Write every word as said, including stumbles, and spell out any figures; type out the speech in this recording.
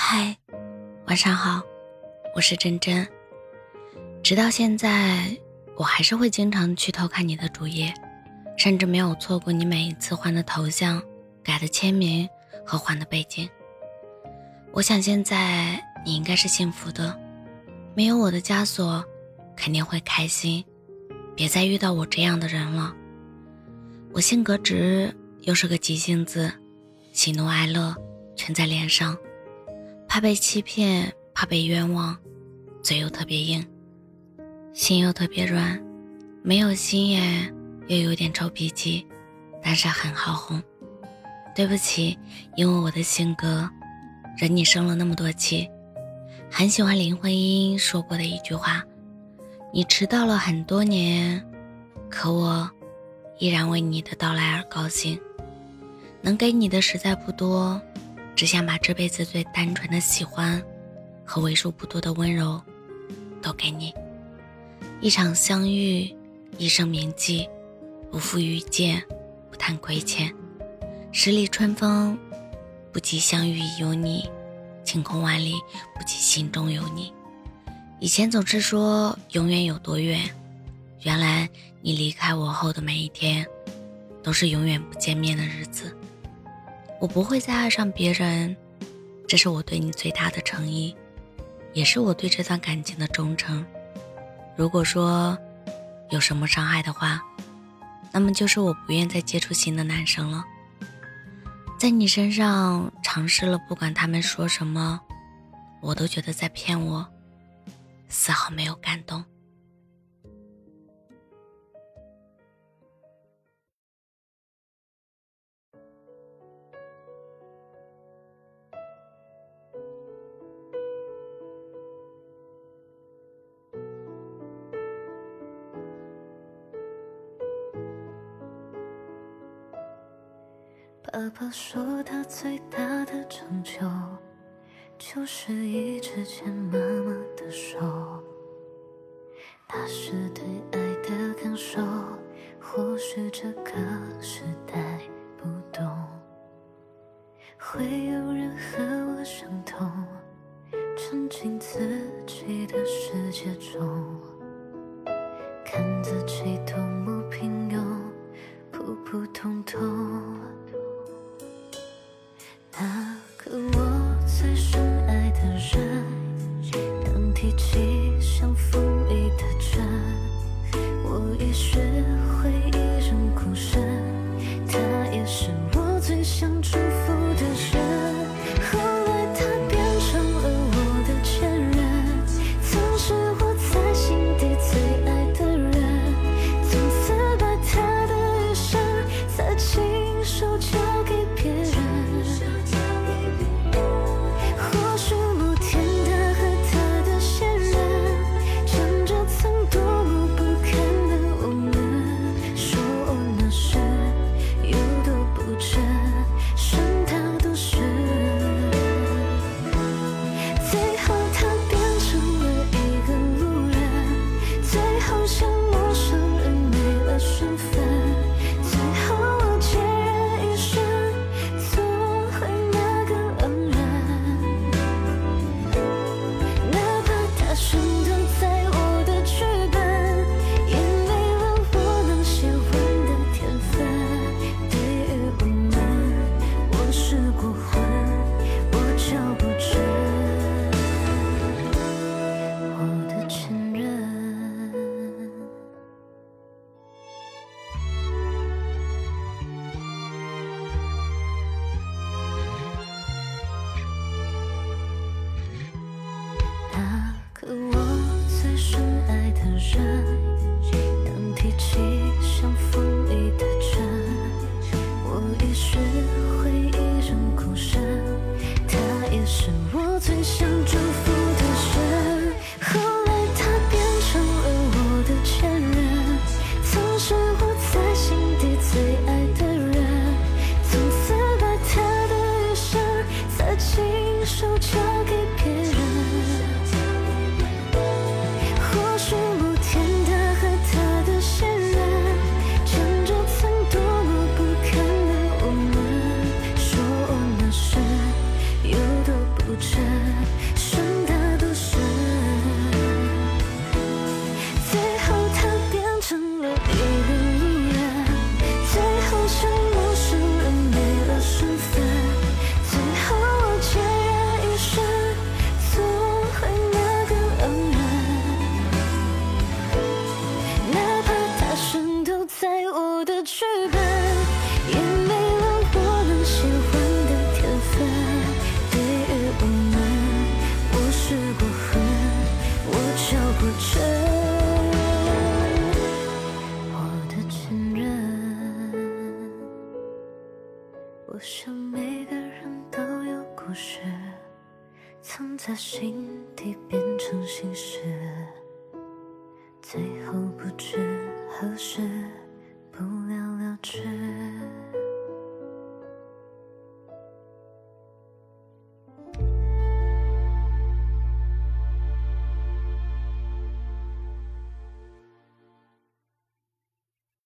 嗨，晚上好，我是真真。直到现在，我还是会经常去偷看你的主页，甚至没有错过你每一次换的头像、改的签名和换的背景。我想现在你应该是幸福的，没有我的枷锁，肯定会开心。别再遇到我这样的人了。我性格直，又是个急性子，喜怒哀乐全在脸上，怕被欺骗，怕被冤枉，嘴又特别硬，心又特别软，没有心眼，又有点臭脾气，但是很好哄。对不起，因为我的性格惹你生了那么多气。很喜欢林徽因说过的一句话，你迟到了很多年，可我依然为你的到来而高兴。能给你的实在不多，只想把这辈子最单纯的喜欢和为数不多的温柔都给你。一场相遇，一生铭记，不负遇见，不谈亏欠。十里春风，不及相遇有你，晴空万里，不及心中有你。以前总是说永远有多远，原来你离开我后的每一天都是永远不见面的日子。我不会再爱上别人，这是我对你最大的诚意，也是我对这段感情的忠诚。如果说有什么伤害的话，那么就是我不愿再接触新的男生了。在你身上尝试了，不管他们说什么，我都觉得在骗我，丝毫没有感动。 爸爸说他最大的成就就是一直牵妈妈的手，那是对爱的感受，或许这个时代不懂，会有人和我相同，沉浸自己的世界中，看自己多么平庸，普普通通。那个我最深爱的人，当提起像风一的真，我也学会一人孤身，他也是我最想祝福的人。后来他变成了我的前任，曾是我在心底最爱的人，从此把他的余生再亲手交给别人。可我最深爱的人，当提起像风一的真，我也学会一人孤身，他也是我最想祝福的人。后来他变成了我的前任，曾是我在心底最爱的人，从此把他的余生再亲手交给别人。有多不真事，藏在心底变成心事，最后不知何时不了了之。